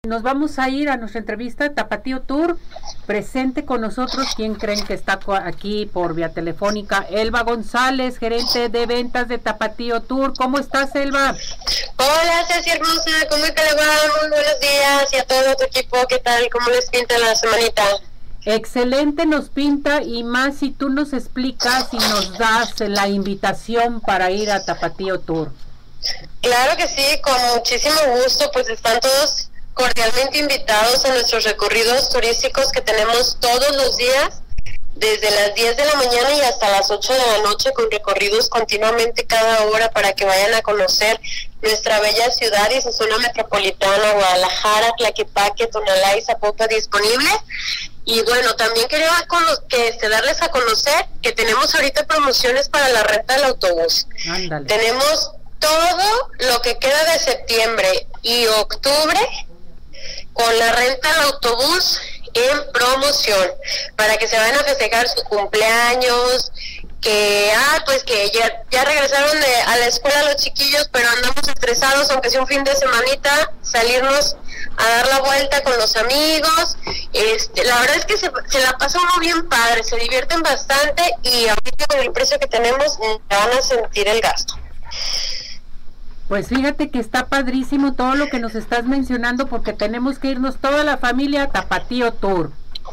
Nos vamos a ir a nuestra entrevista Tapatío Tour. Presente con nosotros, ¿quién creen que está aquí por vía telefónica? Elba González, gerente de ventas de Tapatío Tour. ¿Cómo estás, Elba? Hola, Ceci hermosa, ¿cómo te va? Muy buenos días, y a todo tu equipo, ¿qué tal? ¿Cómo les pinta la semanita? Excelente nos pinta, y más si tú nos explicas y nos das la invitación para ir a Tapatío Tour. Claro que sí, con muchísimo gusto, pues están todos cordialmente invitados a nuestros recorridos turísticos que tenemos todos los días, desde las 10 de la mañana y hasta las 8 de la noche, con recorridos continuamente cada hora para que vayan a conocer nuestra bella ciudad y su zona metropolitana, Guadalajara, Tlaquepaque, Tonalá y Zapopan disponibles. Y bueno, también quería darles a conocer que tenemos ahorita promociones para la renta del autobús. Ándale. Tenemos todo lo que queda de septiembre y octubre con la renta del autobús en promoción, para que se vayan a festejar su cumpleaños, que ya regresaron a la escuela los chiquillos, pero andamos estresados, aunque sea un fin de semanita, salirnos a dar la vuelta con los amigos. La verdad es que se la pasa uno bien padre, se divierten bastante, y ahorita con el precio que tenemos van a sentir el gasto. Pues fíjate que está padrísimo todo lo que nos estás mencionando, porque tenemos que irnos toda la familia a Tapatío Tour.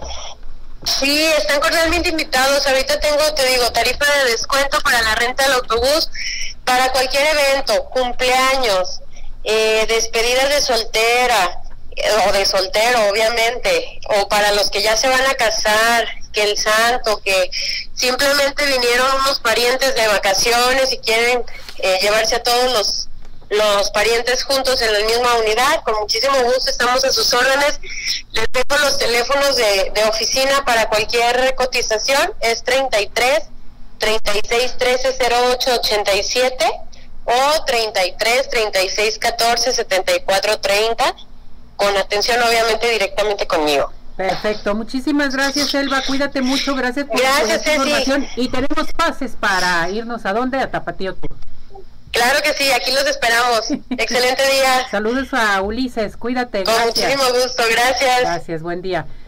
Sí, están cordialmente invitados. Ahorita tengo, tarifa de descuento para la renta del autobús, para cualquier evento, cumpleaños, despedidas de soltera, o de soltero, obviamente, o para los que ya se van a casar, que el santo, que simplemente vinieron unos parientes de vacaciones y quieren llevarse a todos los parientes juntos en la misma unidad. Con muchísimo gusto estamos a sus órdenes. Les dejo los teléfonos de oficina para cualquier cotización. Es 33 36 13 08 87 o 33 36 14 74 30, con atención obviamente directamente conmigo. Perfecto, muchísimas gracias, Elba, cuídate mucho, gracias por esta información. Y tenemos pases para irnos ¿a dónde? A Tapatío Tour. Claro que sí, aquí los esperamos. Excelente día. Saludos a Ulises, cuídate. Con muchísimo gusto, gracias. Gracias, buen día.